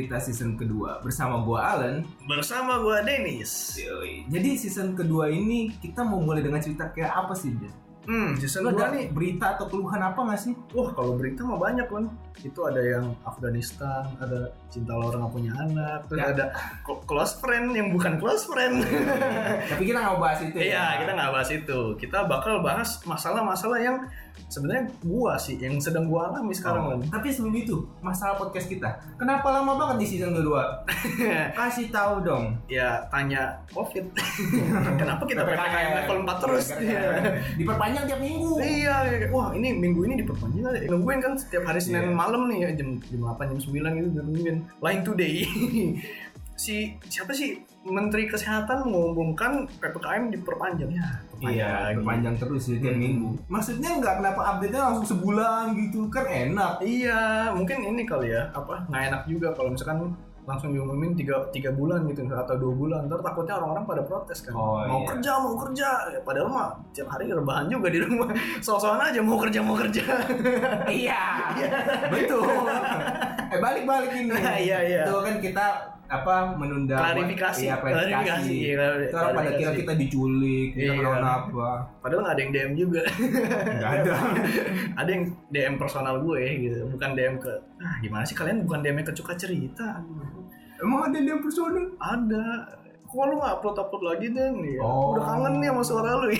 Cerita season kedua bersama gua Alan, bersama gua Dennis. Yoi. Jadi season kedua ini kita mau mulai dengan cerita kayak apa sih, Den? Season Lu 2 ada nih. berita atau keluhan apa nggak sih? Wah, kalau berita mah banyak kan. Itu ada yang Afghanistan, ada cinta lorong nggak punya anak, terus ada close friend yang bukan close friend. Tapi kita nggak bahas itu ya. Iya, kita nggak bahas itu. Kita bakal bahas masalah-masalah yang sebenarnya gua sih yang sedang gua alami sekarang kan. Tapi sebelum itu, masalah podcast kita. Kenapa lama banget di season kedua? Kasih tahu dong. Ya, tanya COVID. Kenapa kita PPKM level 4 terus? Diperpanjang tiap minggu. Iya, wah ini minggu ini diperpanjang aja. Nungguin kan setiap hari Senin malam nih ya, jam 8, jam 9 gitu nungguin. Line Today. Siapa sih Menteri Kesehatan mengumumkan PPKM diperpanjang ya? Iya, diperpanjang terus ya tiap minggu. Maksudnya nggak kenapa update-nya langsung sebulan gitu kan enak. Iya, mungkin ini kali ya, nggak enak juga kalau misalkan langsung diumumin 3 bulan gitu atau 2 bulan, ntar takutnya orang-orang pada protes kan. Mau kerja ya, padahal mah tiap hari rebahan juga di rumah. Soal-soal aja mau kerja Iya betul. Balik ini. Iya. Itu kan kita menunda klarifikasi. Itu orang pada kira kita diculik, kita kenapa? Padahal nggak ada yang DM juga. Nggak ada. Ada yang DM personal gue gitu, bukan DM ke. Gimana sih kalian bukan DM ke Cuka Cerita? Emang ada DM personal? Ada. Kok lu nggak upload lagi Den? Ya, udah kangen nih sama suara lu.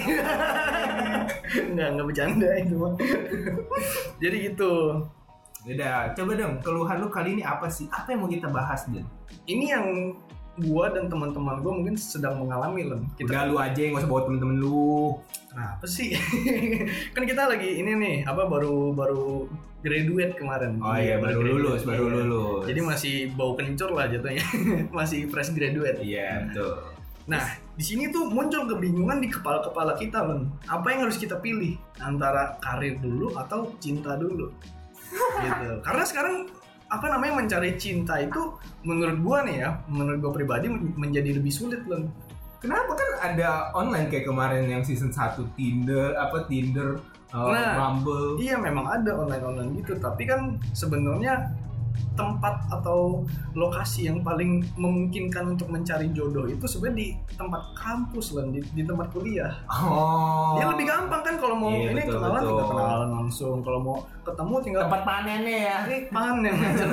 Nggak bercanda itu mah. Jadi gitu. Beda, coba dong keluhan lu kali ini apa sih? Apa yang mau kita bahas, Den? Ini yang gua dan teman-teman gua mungkin sedang mengalami Len. Udah lu aja yang nggak usah bawa temen-temen lu. Kenapa sih? Kan kita lagi ini nih, baru graduate kemarin. Oh iya, baru lulus. Jadi masih bau kencur lah jatuhnya. Masih fresh graduate. Iya, betul. Nah, di sini tuh muncul kebingungan di kepala-kepala kita, Len. Apa yang harus kita pilih? Antara karir dulu atau cinta dulu? Gitu. Karena sekarang mencari cinta itu menurut gua pribadi menjadi lebih sulit Len. Kenapa? Kan ada online kayak kemarin yang season 1 Tinder, Bumble. Iya memang ada online gitu, tapi kan sebenarnya tempat atau lokasi yang paling memungkinkan untuk mencari jodoh itu sebenarnya di tempat kampus Len, di tempat kuliah. Ya lebih gampang kan kalau mau kenalan tinggal kenalan langsung, kalau mau ketemu tinggal tempat panennya ya. Panen aja.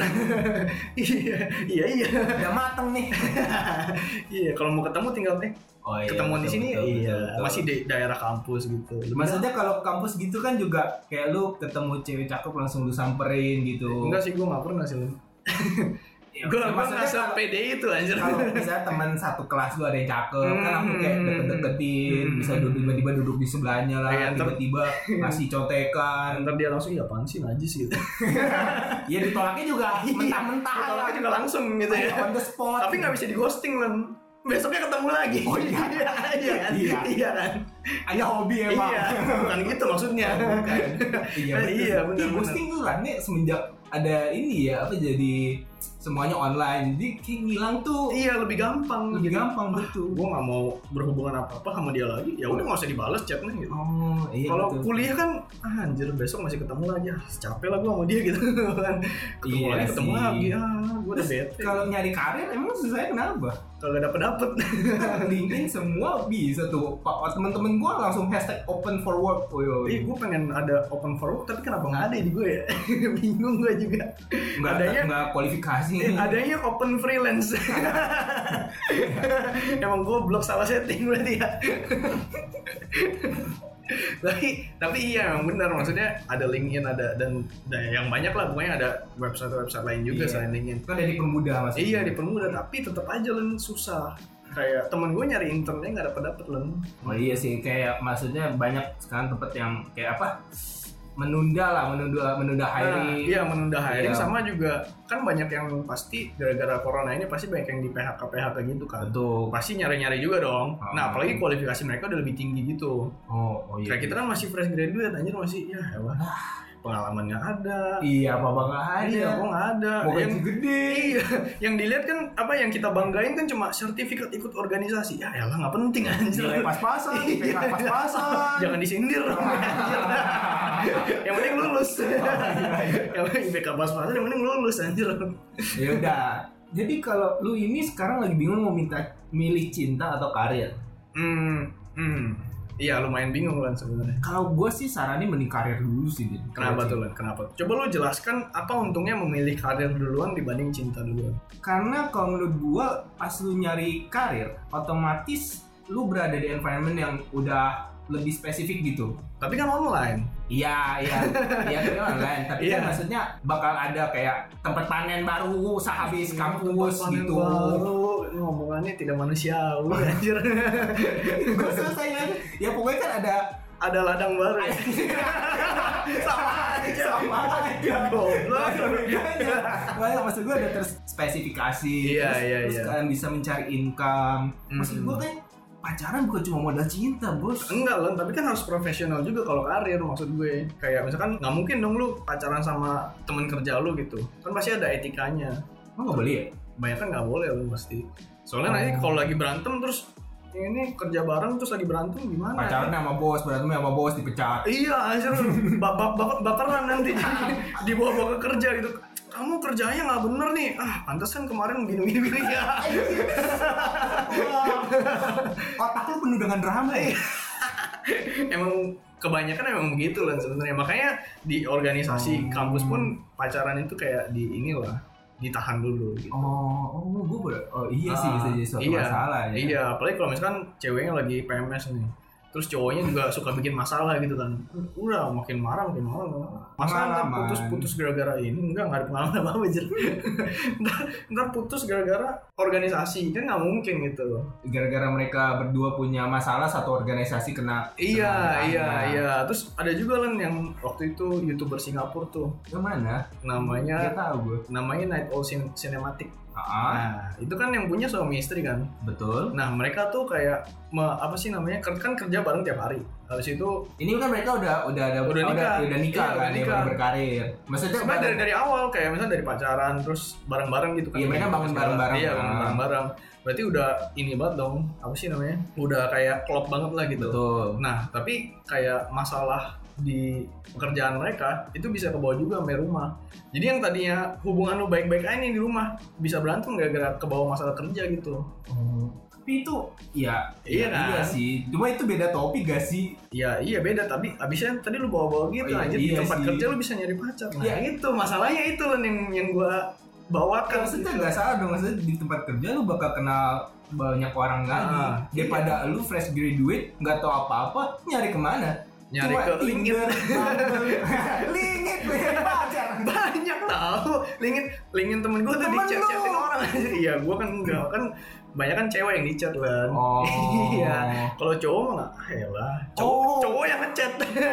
Iya. Udah mateng nih. Iya, kalau mau ketemu tinggal ketemuan di sini. Betul. Masih di daerah kampus gitu. Maksudnya kalau kampus gitu kan juga kayak lu ketemu cewek cakep langsung lu samperin gitu. Enggak sih, gue nggak pernah sih. Gue maksudnya PD itu anjir. Kalau misalnya teman satu kelas lu ada yang cakep kan langsung kayak deket-deketin, bisa tiba-tiba duduk di sebelahnya lah, tiba-tiba ngasih contekan, ntar dia langsung apaan sih najis gitu. Ya ditolaknya juga mentah-mentah. Ditolaknya juga langsung gitu ya. On the spot. Tapi nggak bisa di ghosting Len. Besoknya ketemu lagi. Oh iya. Iya kan. Hanya hobi emang. Iya, bukan gitu maksudnya. Iya, benar. Ghosting tuh kan semenjak ada ini ya jadi semuanya online, jadi kayak ngilang tuh. Iya, lebih gampang betul. Gue nggak mau berhubungan apa sama dia lagi, ya udah nggak usah dibales chatnya gitu. Kalau kuliah kan anjir besok masih ketemu lagi, capek lah gue sama dia gitu kan. Ketemu lagi, gue udah bete. Kalau nyari karir emang susahnya kenapa? Kalau dapet LinkedIn semua bisa tuh. Temen-temen gue langsung hashtag open for work. Gue pengen ada open for work, tapi kenapa nggak ada di gue ya? Bingung gue juga. Nggak kualifikasi. Adanya open freelance. Emang gue blok salah setting berarti ya. tapi iya emang benar, maksudnya ada LinkedIn, ada dan yang banyak lah, pokoknya ada website lain juga selain LinkedIn. Kan ada dipermudah maksudnya. Iya dipermudah, tapi tetap aja Len susah. Kayak temen gue nyari internnya nggak dapet Len. Oh iya sih, kayak maksudnya banyak sekarang tempat yang kayak menunda hiring. Iya menunda hiring, sama juga kan banyak yang pasti gara-gara corona ini pasti banyak yang di PHK gitu kan. Betul. Pasti nyari juga dong. Nah apalagi kualifikasi mereka udah lebih tinggi gitu. Oh iya. Kayak kita kan masih fresh graduate anjir, masih pengalamannya ada. Iya, apa nggak ada? Iya, kok nggak ada. Mau gaji gede. Iya, yang dilihat kan yang kita banggain kan cuma sertifikat ikut organisasi. Ya elah nggak penting anjir. Nilai pas-pasan, IPK pas-pasan. Jangan disindir. Yang penting lulus. Yang penting IPK pas-pasan, yang penting lulus anjir. Ya udah, Jadi kalau lu ini sekarang lagi bingung mau milih cinta atau karir? Iya, lumayan bingung kan sebenarnya. Kalau gue sih saranin mending karir dulu sih. Kenapa tuh Lan? Kenapa? Coba lu jelaskan apa untungnya memilih karir duluan dibanding cinta duluan. Karena kalau menurut gue pas lu nyari karir, otomatis lu berada di environment yang udah lebih spesifik gitu. Tapi kan online. Iya kan online. Tapi kan maksudnya bakal ada kayak tempat panen baru sehabis kampus gitu. Baru ngomongannya tidak manusiawi anjir. Gue selesai kan. Ya pokoknya kan ada ladang baru. sama aja. Goblok. Banyak maksud gue ada terspesifikasi. Iya. Terus kalian bisa mencari income. Maksud gue kan pacaran bukan cuma modal cinta, bos. Enggak Lan, tapi kan harus profesional juga kalau karir maksud gue. Kayak misalkan nggak mungkin dong lu pacaran sama temen kerja lu gitu. Kan pasti ada etikanya. Lo nggak boleh ya? Banyak kan nggak boleh lu pasti. Soalnya nanti kalau lagi berantem terus ini kerja bareng terus lagi berantem gimana? Pacaran sama bos, berantem sama bos dipecat. Iya, anjir. Baperan nanti dibawa ke kerja gitu. Kamu kerjanya nggak bener nih. Pantesan kemarin gini ya. Otak lu penuh dengan drama ya. Emang kebanyakan emang begitu lah sebenarnya. Makanya di organisasi kampus pun pacaran itu kayak ditahan dulu gitu. Iya sih bisa jadi suatu masalah ya. Iya, apalagi kalau misalkan ceweknya lagi PMS nih. Terus cowoknya juga suka bikin masalah gitu kan. Udah makin marah. Masa ntar putus gara-gara ini? Enggak ada pengalaman apa-apa aja. ntar putus gara-gara organisasi. Kan gak mungkin gitu. Gara-gara mereka berdua punya masalah, satu organisasi kena. Iya. Terus ada juga kan yang waktu itu YouTuber Singapura tuh. Yang mana? Namanya Gak tahu gue. Namanya Night Owl Cinematic. Nah, itu kan yang punya suami istri kan. Betul. Nah, mereka tuh kayak apa sih namanya? Kan kerja bareng tiap hari. Habis itu ini kan mereka udah nikah kan, nikah. Berkarir. Maksudnya sebenarnya dari awal kayak misalnya dari pacaran terus bareng-bareng gitu kan. Iya, mereka bangun bareng-bareng. Iya, bareng-bareng. Berarti udah ini banget dong. Apa sih namanya? Udah kayak klop banget lah gitu. Betul. Nah, tapi kayak masalah di pekerjaan mereka itu bisa kebawa juga sampai rumah. Jadi yang tadinya hubungan lu baik-baik aja nih di rumah bisa berantem gara-gara kebawa masalah kerja gitu. Tapi itu iya kan? Iya sih. Cuma itu beda topik gak sih? Iya beda, tapi abisnya tadi lu bawa-bawa gitu aja di tempat kerja lu bisa nyari pacar. Nah, itu masalahnya itu loh yang gua bawakan. Maksudnya nggak salah dong, maksudnya di tempat kerja lu bakal kenal banyak orang lagi. Daripada lu fresh graduate nggak tahu apa-apa, nyari kemana? Nyari ke LinkedIn. LinkedIn pacar banyak tau. LinkedIn temen gue tuh di-chat-chatin orang aja. Iya, gue kan enggak kan banyak kan cewek yang di-chat kan. Iya. Kalau cowok mah lah. Cowok yang ngechat.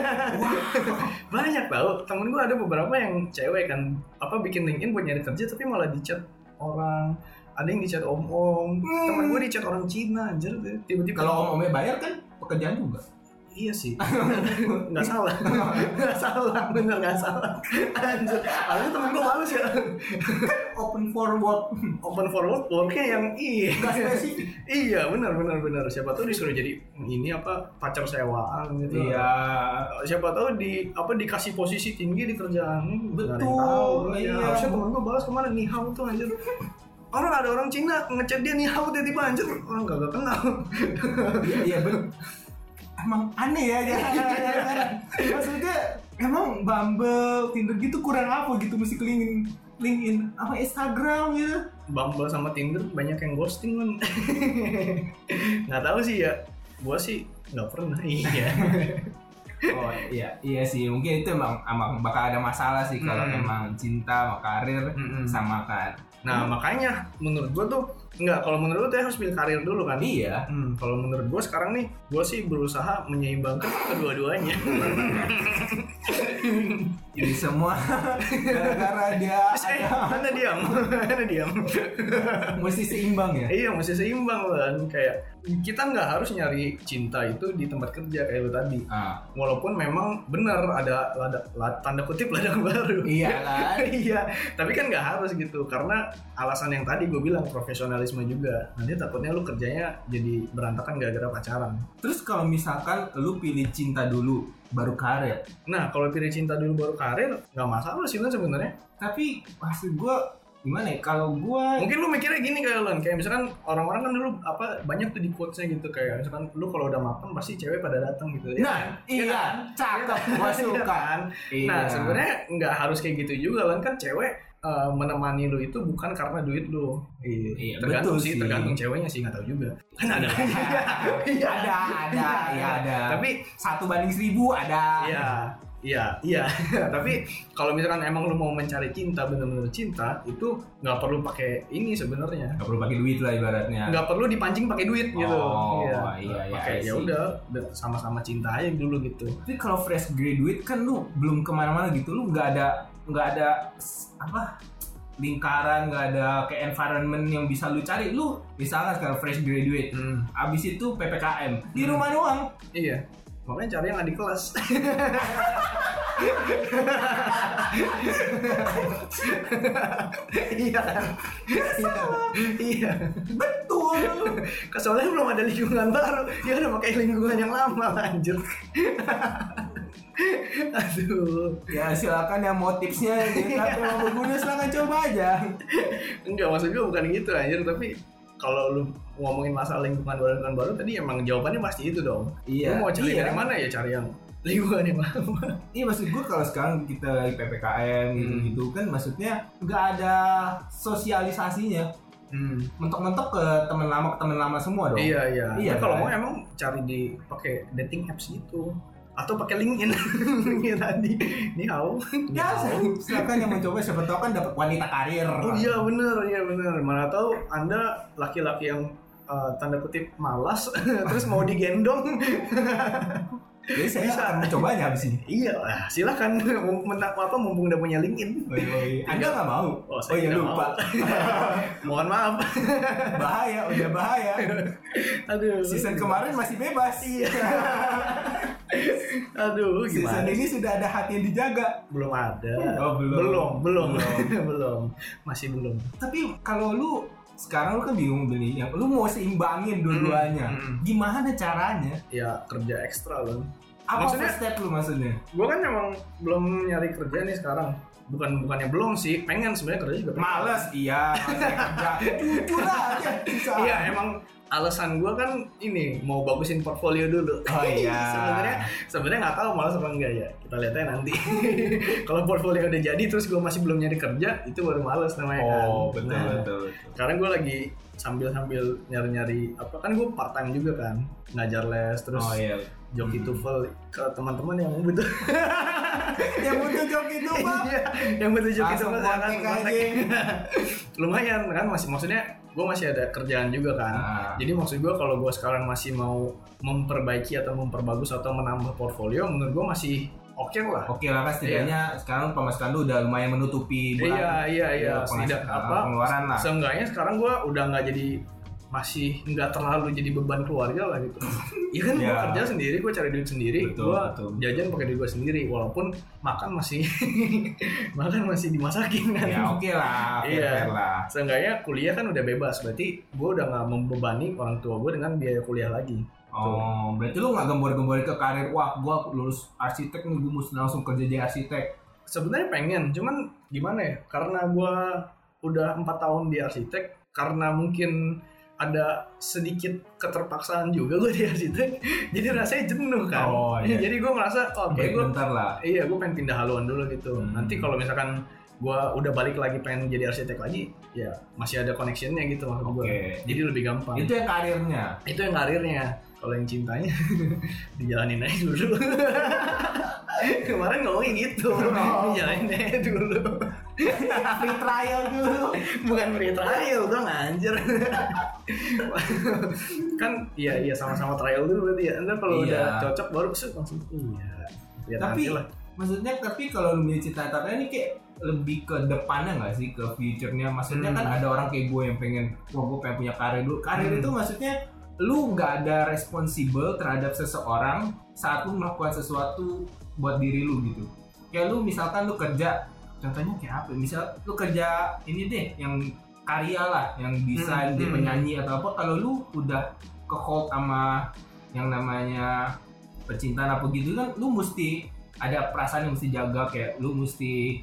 Banyak tau. Temen gue ada beberapa yang cewek kan bikin LinkedIn buat nyari kerja tapi malah di-chat orang. Ada yang di-chat om-om. Temen gue di-chat orang Cina anjir. Tiba-tiba kalau om-omnya bayar kan pekerjaan juga. Iya sih, nggak salah, bener nggak salah. Anjir, soalnya temen gue males ya. Open for worknya yang nggak spesifik. Iya, benar. Siapa tahu disuruh jadi ini pacar sewaan gitu. Iya. Siapa tahu dikasih posisi tinggi di kerjaan. Betul. Iya. Harusnya temen gue bahas kemana nih hao tuh anjir. Ada orang Cina ngechat dia nih hao tiba-tiba anjir orang gak kenal. Iya bener. Emang aneh ya maksudnya emang Bumble, Tinder gitu kurang apa gitu mesti LinkedIn apa Instagram gitu. Bumble sama Tinder banyak yang ghosting kan. Nggak tahu sih ya, gua sih nggak pernah. Oh iya sih, mungkin itu emang bakal ada masalah sih kalau emang cinta sama karir sama kan. Nah makanya menurut gue tuh kalau menurut gue tuh harus pilih karir dulu kan. Iya. Kalau menurut gue sekarang nih gue sih berusaha menyeimbangkan kedua-duanya. Jadi semua gara-gara dia Anda diam. Mesti seimbang ya. Iya mesti seimbang kan. Kayak kita nggak harus nyari cinta itu di tempat kerja kayak lu tadi. Walaupun memang benar ada tanda kutip ladang baru. Iya kan. Iya. Tapi kan nggak harus gitu karena alasan yang tadi gue bilang profesionalisme juga. Nanti takutnya lu kerjanya jadi berantakan gara-gara pacaran. Terus kalau misalkan lu pilih cinta dulu baru karir. Nah kalau pilih cinta dulu baru karir nggak masalah sih sebenarnya. Tapi maksud gue gimana ya, kalau gua Mungkin lu mikirnya gini kayak Lon, kayak misalkan orang-orang kan dulu banyak tuh di quotes-nya gitu, kayak misalkan lu kalau udah makan pasti cewek pada datang gitu. nah iya cakep, gua suka kan. Nah sebenarnya nggak harus kayak gitu juga Lon, kan cewek menemani lu itu bukan karena duit lu. Iya, Tergantung betul sih, tergantung ceweknya sih, nggak tahu juga. Kan ada. ada. Tapi 1:1000 ada. Iya. Tapi kalau misalkan emang lu mau mencari cinta, bener-bener cinta, itu nggak perlu pakai ini sebenarnya. Nggak perlu pakai duit lah ibaratnya. Nggak perlu dipancing pakai duit gitu. Iya. Pakai ya udah sama-sama cinta aja dulu gitu. Tapi kalau fresh graduate kan lu belum kemana-mana gitu, lu nggak ada apa lingkaran, nggak ada kayak environment yang bisa lu cari. Lu misalkan sekarang fresh graduate, abis itu PPKM di rumah doang. Iya. Makanya cari yang adik kelas. Iya. Betul. Soalnya belum ada lingkungan baru, dia udah pakai lingkungan yang lama, anjir. Aduh. Ya silakan yang mau tipsnya JKT mau berguna silakan coba aja. Enggak, maksud gue bukan gitu anjir, tapi kalau lu ngomongin masalah lingkungan baru tadi emang jawabannya pasti itu dong. Iya. Lu mau cari dari mana ya, cari yang lingkungan yang lama. Iya, maksud gue kalau sekarang kita lagi PPKM gitu kan, maksudnya nggak ada sosialisasinya. Mentok-mentok ke teman lama semua dong. Iya. Iya, kalau kan? mau emang cari pakai dating apps gitu. Atau pakai LinkedIn yang tadi. Ini how? Ya, silakan yang mencoba, siapa tahu kan dapat wanita karir. Oh iya benar. Mana tahu Anda laki-laki yang tanda kutip malas terus mau digendong. Jadi saya akan mencobanya abis ini. Iya lah, silakan. Mumpung udah punya LinkedIn. Anda nggak mau? Oh iya lupa. Mohon maaf. Udah bahaya. Aduh. Season kemarin masih bebas. Iya. Aduh, gimana? Season ini sudah ada hati yang dijaga. Belum ada. Oh, belum. Masih belum. Tapi kalau lu sekarang lu kan bingung beli yang lu mau seimbangin dua-duanya. Gimana caranya? Ya kerja ekstra loh. Apa first step lu maksudnya? Gue kan emang belum nyari kerja nih sekarang. Bukannya belum sih, pengen sebenarnya kerja juga. Males, iya, kerja. Jujur aja, susah. Iya, emang alasan gue kan ini mau bagusin portfolio dulu. Oh iya. sebenarnya nggak tahu malas apa enggak ya. Kita lihat aja nanti. Kalau portfolio udah jadi terus gue masih belum nyari kerja, itu baru malas namanya kan. Oh betul. Sekarang gue lagi sambil nyari apa kan, gue part time juga kan, ngajar les terus. Joki TOEFL ke teman-teman yang butuh. Yang butuh joki TOEFL. Yang butuh joki TOEFL kan lumayan kan, maksudnya gue masih ada kerjaan juga kan. Jadi maksud gue kalau gue sekarang masih mau memperbaiki atau memperbagus atau menambah portfolio, menurut gue masih oke lah kan, setidaknya sekarang pemasukan lu udah lumayan menutupi iya pengeluaran lah. Seenggaknya sekarang gue udah nggak jadi, masih nggak terlalu jadi beban keluarga lah gitu. Iya kan, gue kerja sendiri, gue cari duit sendiri, gue jajan pakai duit gue sendiri, walaupun makan masih dimasakin kan. Ya oke lah, fair lah. Seenggaknya kuliah kan udah bebas, berarti gue udah nggak membebani orang tua gue dengan biaya kuliah lagi. Oh, berarti lu nggak gembor-gemborin ke karir, wah gue lulus arsitek nih, gue mesti langsung kerja jadi arsitek. Sebenarnya pengen, cuman gimana ya, karena gue udah 4 tahun di arsitek, karena mungkin ada sedikit keterpaksaan juga gue di arsitek, jadi rasanya jenuh kan. Jadi gue ngerasa gue bentar lah. Iya, gue pengen pindah haluan dulu gitu. Nanti kalau misalkan gue udah balik lagi pengen jadi arsitek lagi, ya masih ada connectionnya gitu maksud gue. Jadi lebih gampang. Itu yang karirnya. Kalau yang cintanya dijalanin aja dulu. Kemarin ngomongin gitu, dijalanin aja dulu. Free trial dulu. Bukan free trial dong anjir. Kan iya sama-sama trial dulu berarti ya. Nanti kalau udah cocok baru langsung iya. Tapi maksudnya kalau lu punya cita-cita ini kayak lebih ke depannya nggak sih, ke future-nya? Maksudnya kan ada orang kayak gue yang pengen, gue pengen punya karir dulu. Karir itu maksudnya lu nggak ada responsible terhadap seseorang saat lu melakukan sesuatu buat diri lu gitu. Kayak lu misalkan lu kerja, contohnya kayak apa? Misal lu kerja ini deh, yang karya lah, yang desain, dia penyanyi atau apa. Kalau lu udah ke hold sama yang namanya percintaan apa gitu kan, lu mesti ada perasaan yang mesti jaga, kayak lu mesti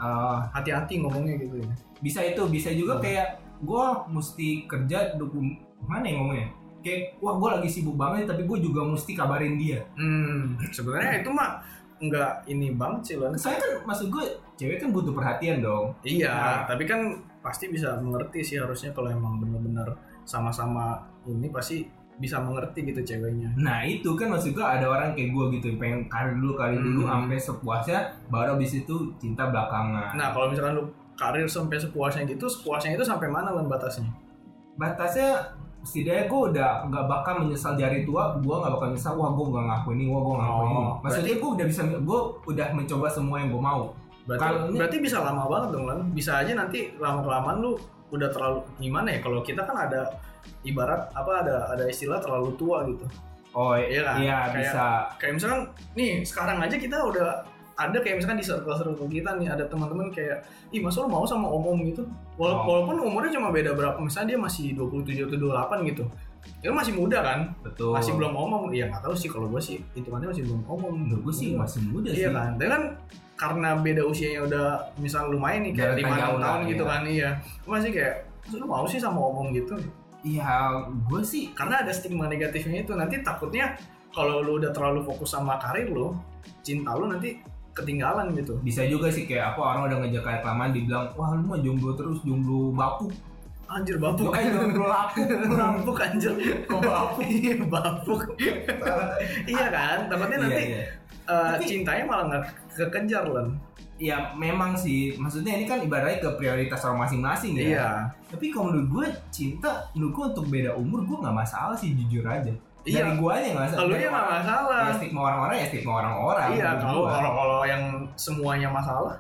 hati-hati ngomongnya gitu ya. Bisa juga kayak gue mesti kerja mana yang ngomongnya kayak wah gue lagi sibuk banget tapi gue juga mesti kabarin dia. Sebenarnya itu mah nggak ini banget sih loh. Saya kan maksud gue cewek kan butuh perhatian dong. Iya, tapi kan pasti bisa mengerti sih harusnya kalau emang benar-benar sama-sama ini pasti bisa mengerti gitu ceweknya. Nah itu kan maksud gue ada orang kayak gue gitu pengen karir dulu sampai sepuasnya baru abis itu cinta belakangan. Nah kalau misalkan lu karir sampai sepuasnya gitu, sepuasnya itu sampai mana kan batasnya? Batasnya setidaknya gue udah nggak bakal menyesal di hari tua, gue nggak bakal menyesal wah gue nggak ngakuin ini, wah gue ngakuin ini. Maksudnya gue udah mencoba semua yang gue mau. Berarti bisa lama banget dong Lan. Bisa aja nanti lama-kelamaan lu udah terlalu gimana ya, kalau kita kan ada ibarat ada istilah terlalu tua gitu. Oh iya kan? Iya bisa. Kayak misalkan nih sekarang aja kita udah ada kayak misalkan di circle kita nih ada teman-teman kayak masa lu mau sama om gitu walaupun umurnya cuma beda berapa, misalnya dia masih 27 atau 28 gitu, itu masih muda kan. Betul. Masih belum omong ya, nggak tahu sih kalau gue sih hitungannya masih belum omong. Gue sih masih muda sih. Iya kan, tapi kan karena beda usianya udah misal lumayan nih kayak 5 tahun gitu kan. Iya masih kayak lu mau sih sama omong gitu. Iya gue sih karena ada stigma negatifnya itu, nanti takutnya kalau lu udah terlalu fokus sama karir lu, cinta lu nanti ketinggalan gitu. Bisa juga sih kayak apa orang udah ngejar kayak kelamaan dibilang wah lu mah jomblo terus, jomblo bapuk. Anjir bapuk. Jomblo bapuk anjir. Kok bapuk? Iya bapuk. Iya kan? Takutnya nanti cintanya malah nggak kekejar Lan. Ya memang sih, maksudnya ini kan ibaratnya ke prioritas orang masing-masing ya. Iya. Tapi kalau menurut gue cinta, menurut gue untuk beda umur gue nggak masalah sih jujur aja. Iya. Dari gue aja nggak masalah. Kalau dia nggak masalah. Ya stigma orang-orang ya stigma orang-orang. Iya. Kalau yang semuanya masalah.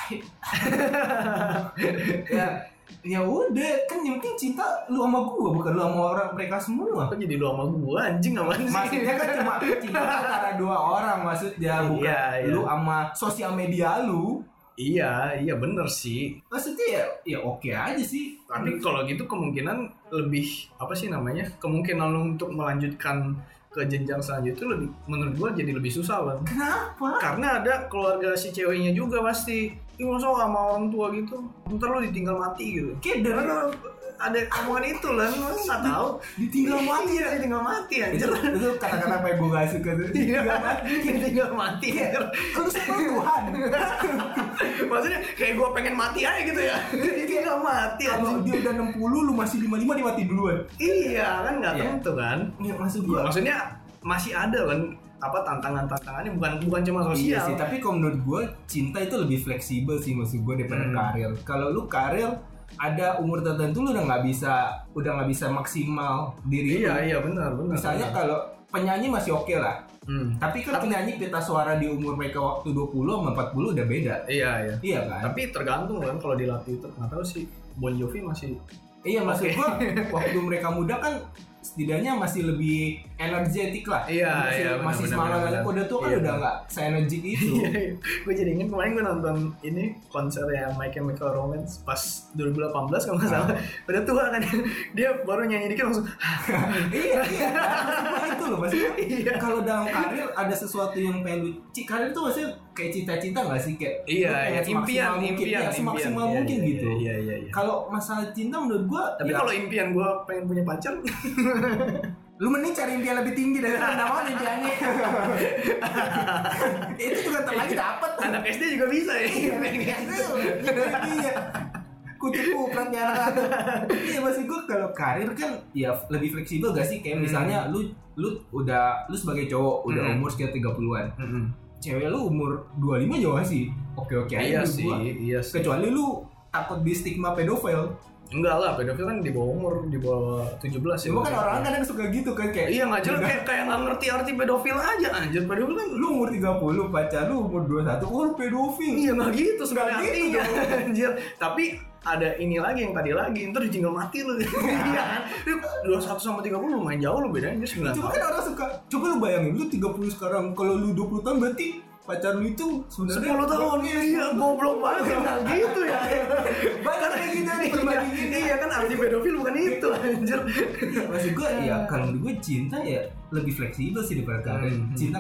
ya udah kan yang penting cinta lu sama gue bukan lu sama orang mereka semua. Kok jadi lu sama gue anjing apaan sih? Maksudnya kan cuma cinta antara dua orang maksudnya bukan lu sama sosial media lu. Iya bener sih. Maksudnya ya oke aja sih. Tapi kalau gitu kemungkinan lebih apa sih namanya? Kemungkinan lu untuk melanjutkan ke jenjang selanjutnya itu lebih, menurut gua jadi lebih susah Bang. Kenapa? Karena ada keluarga si ceweknya juga pasti. Masa sama orang tua gitu, ntar lu ditinggal mati gitu. Kayak ada omongan itu lah, lu nggak tahu. Ditinggal mati ya, ditinggal mati aja. Itu kata-kata apa yang gue gak suka tuh. Ditinggal mati. Lu sama Tuhan. Maksudnya kayak gue pengen mati aja gitu ya. Ditinggal mati. Kalau dia udah 60, lu masih 55 dia mati duluan. Iya kan nggak tentu kan. Maksudnya masih ada kan apa tantangannya bukan cuma sosial. Iya sih, tapi kalau menurut gue cinta itu lebih fleksibel sih maksud gue daripada karir. Kalau lu karir ada umur tertentu lu udah nggak bisa maksimal diri. Iya benar. Misalnya kalau penyanyi masih oke lah. Tapi kan penyanyi pita suara di umur mereka waktu 20 sama 40 udah beda. Iya kan? Tapi tergantung kan kalau dilatih itu. Nggak tahu sih Bon Jovi masih. Iya maksud gue waktu mereka muda kan setidaknya masih lebih energetik lah. Masih semangat aja. Udah tuh kan udah nggak se-energik itu. Gue jadi ingat kemarin gue nonton ini konser yang My Chemical Romance pas 2018 kalau nggak salah. Udah tua kan dia baru nyanyi dikit langsung. Iya. Itu loh maksudnya. Kalau dalam karir ada sesuatu yang pengen lu. Karir tuh maksudnya kayak cita-cita nggak sih kayak. Impian semaksimal mungkin gitu. Iya. Kalau masalah cinta menurut gue. Tapi kalau impian gue pengen punya pacar. Lu mending cari impian lebih tinggi dari nama impiannya. Itu juga lagi dapat. Anak SD juga bisa ya. Iya. Kucing-kupratnya anak-anak. Iya maksud gue kalau karir kan ya lebih fleksibel gak sih? Kayak misalnya lu sebagai cowok udah umur sekitar 30-an. Cewek lu umur 25 juga sih. Oke aja iya sih. Kecuali lu takut di stigma pedofil. Enggak lah, pedofil kan di bawah umur, di bawah 17 ya. Cuma kan orang kadang suka gitu kan kayak. Iya ngajar kayak nggak ngerti arti pedofil aja anjir. Pedofil kan lu umur 30, pacar lu umur 21, lu pedofil. Iya nggak gitu sebenarnya artinya anjir. Tapi ada ini lagi yang tadi lagi, ntar ditinggal mati lu. Iya kan? 21 sama 30 lumayan jauh lu bedanya 9 tahun. Cuma kan orang suka. Coba lu bayangin lu 30 sekarang, kalau lu 20 tahun berarti pacar lu itu sebenarnya 10 tahun. Iya, goblok banget kan gitu ya. Banyak kayak gitu nih perbandingan. Iya kan arti pedofil bukan itu anjir. Maksud gue ya kalau menurut gue cinta ya lebih fleksibel sih daripada karir. Cinta kan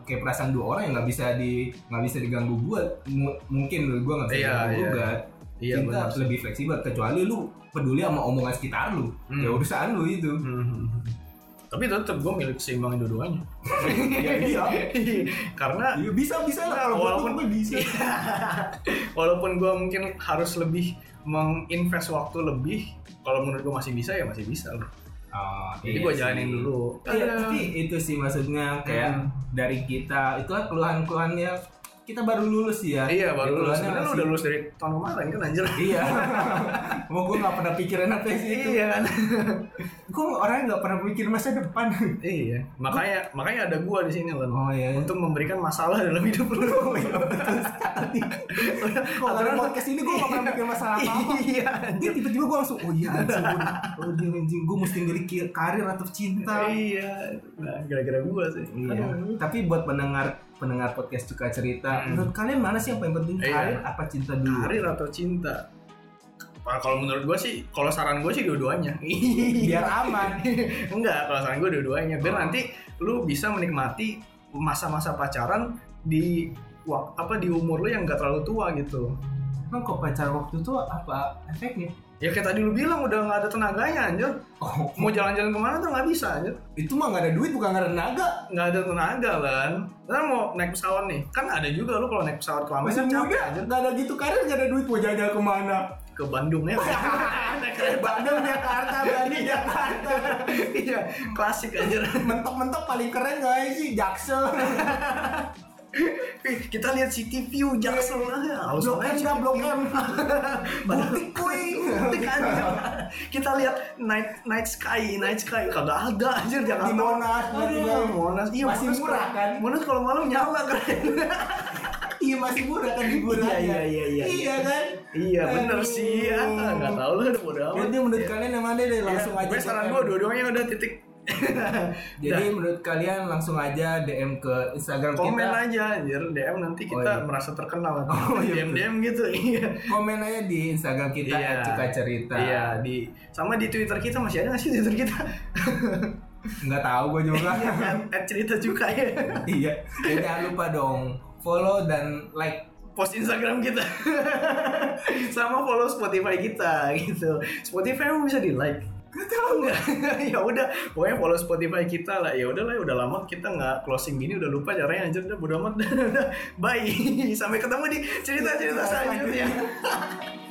kayak perasaan dua orang yang nggak bisa diganggu gugat. Mungkin gue nggak bisa diganggu gugat. Iya, cinta lebih fleksibel, kecuali lu peduli sama omongan sekitar lu. Ya urusan lu itu. Tapi tetap gue milik seimbangin dua-duanya. Iya. Karena bisa lah kalau walaupun bisa. Walaupun gue mungkin harus lebih menginvest waktu lebih, kalau menurut gue masih bisa ya masih bisa loh. Jadi gue jalanin dulu. Iya, tapi itu sih maksudnya kayak dari kita itu kan keluhan-keluhannya kita baru lulus ya. Iya, baru lulus. Sebenarnya lu udah lulus dari tahun kemarin kan anjir. Iya. Mau gue nggak pernah pikirin apa sih itu. Iya kan. Gue orangnya nggak pernah mikir masa depan. Iya. Makanya ada gue di sini loh. Oh iya. Untuk memberikan masalah dalam hidup lu. Oh iya, betul sekali. Kalau dari podcast ini gue nggak pernah mikir masalah apa. Iya. Dia tiba-tiba gue langsung, oh iya anjing, gue mesti milih karir atau cinta. Iya. Nah, gara-gara gue sih. Iya. Tapi buat pendengar podcast Cuka Cerita, menurut kalian mana sih yang paling penting, karir apa cinta dulu? Karir atau cinta? Kalau menurut gue sih, kalau saran gue sih dua-duanya. Biar aman. Enggak, kalau saran gue dua-duanya. Biar nanti lu bisa menikmati masa-masa pacaran di umur lu yang gak terlalu tua gitu. Emang kok pacar waktu itu apa efeknya? Ya kayak tadi lu bilang udah gak ada tenaganya anjir. Mau jalan-jalan kemana tuh gak bisa anjir. Itu mah gak ada duit, bukan gak ada tenaga. Gak ada tenaga kan. Karena mau naik pesawat nih, kan ada juga lu kalau naik pesawat kelamaan masih muda anjir. Gak ada gitu karir, gak ada duit, mau jalan-jalan kemana? Ke Bandung ya. Naik kereta Bandung, Jakarta, Bandung, Jakarta. Iya, klasik anjir. Mentok-mentok paling keren gak sih? Jaksel. Kita lihat City View Jaksel lah. Blok M. Butik kuing. Butik aja. Kita lihat night sky kagak ada anjir Jakarta. Di Monas. Monas. Iya, masih murah kan? Monas kalau malam nyala keren. Iya masih murah kan hiburannya. Iya kan? Iya bener sih. Enggak tahu lah udah amat. Jadi menurut kalian yang mana deh, langsung aja. Saran gua dua-duanya udah titik. Jadi menurut kalian langsung aja DM ke Instagram komen kita. Komen aja anjir, DM nanti kita merasa terkenal. DM gitu. Iya. Komen aja di Instagram kita Cuka Cerita. Iya, sama di Twitter kita masih ada enggak sih Twitter kita? Enggak tahu gue juga. Cerita Cuka ya. Iya. Jadi jangan lupa dong follow dan like post Instagram kita. Sama follow Spotify kita gitu. Spotify emang bisa di-like. Gak tau nggak? Ya udah, pokoknya follow Spotify kita lah. Ya udah lah, udah lama kita nggak closing gini, udah lupa caranya anjir, udah bodo amat. Bye, sampai ketemu di cerita-cerita selanjutnya.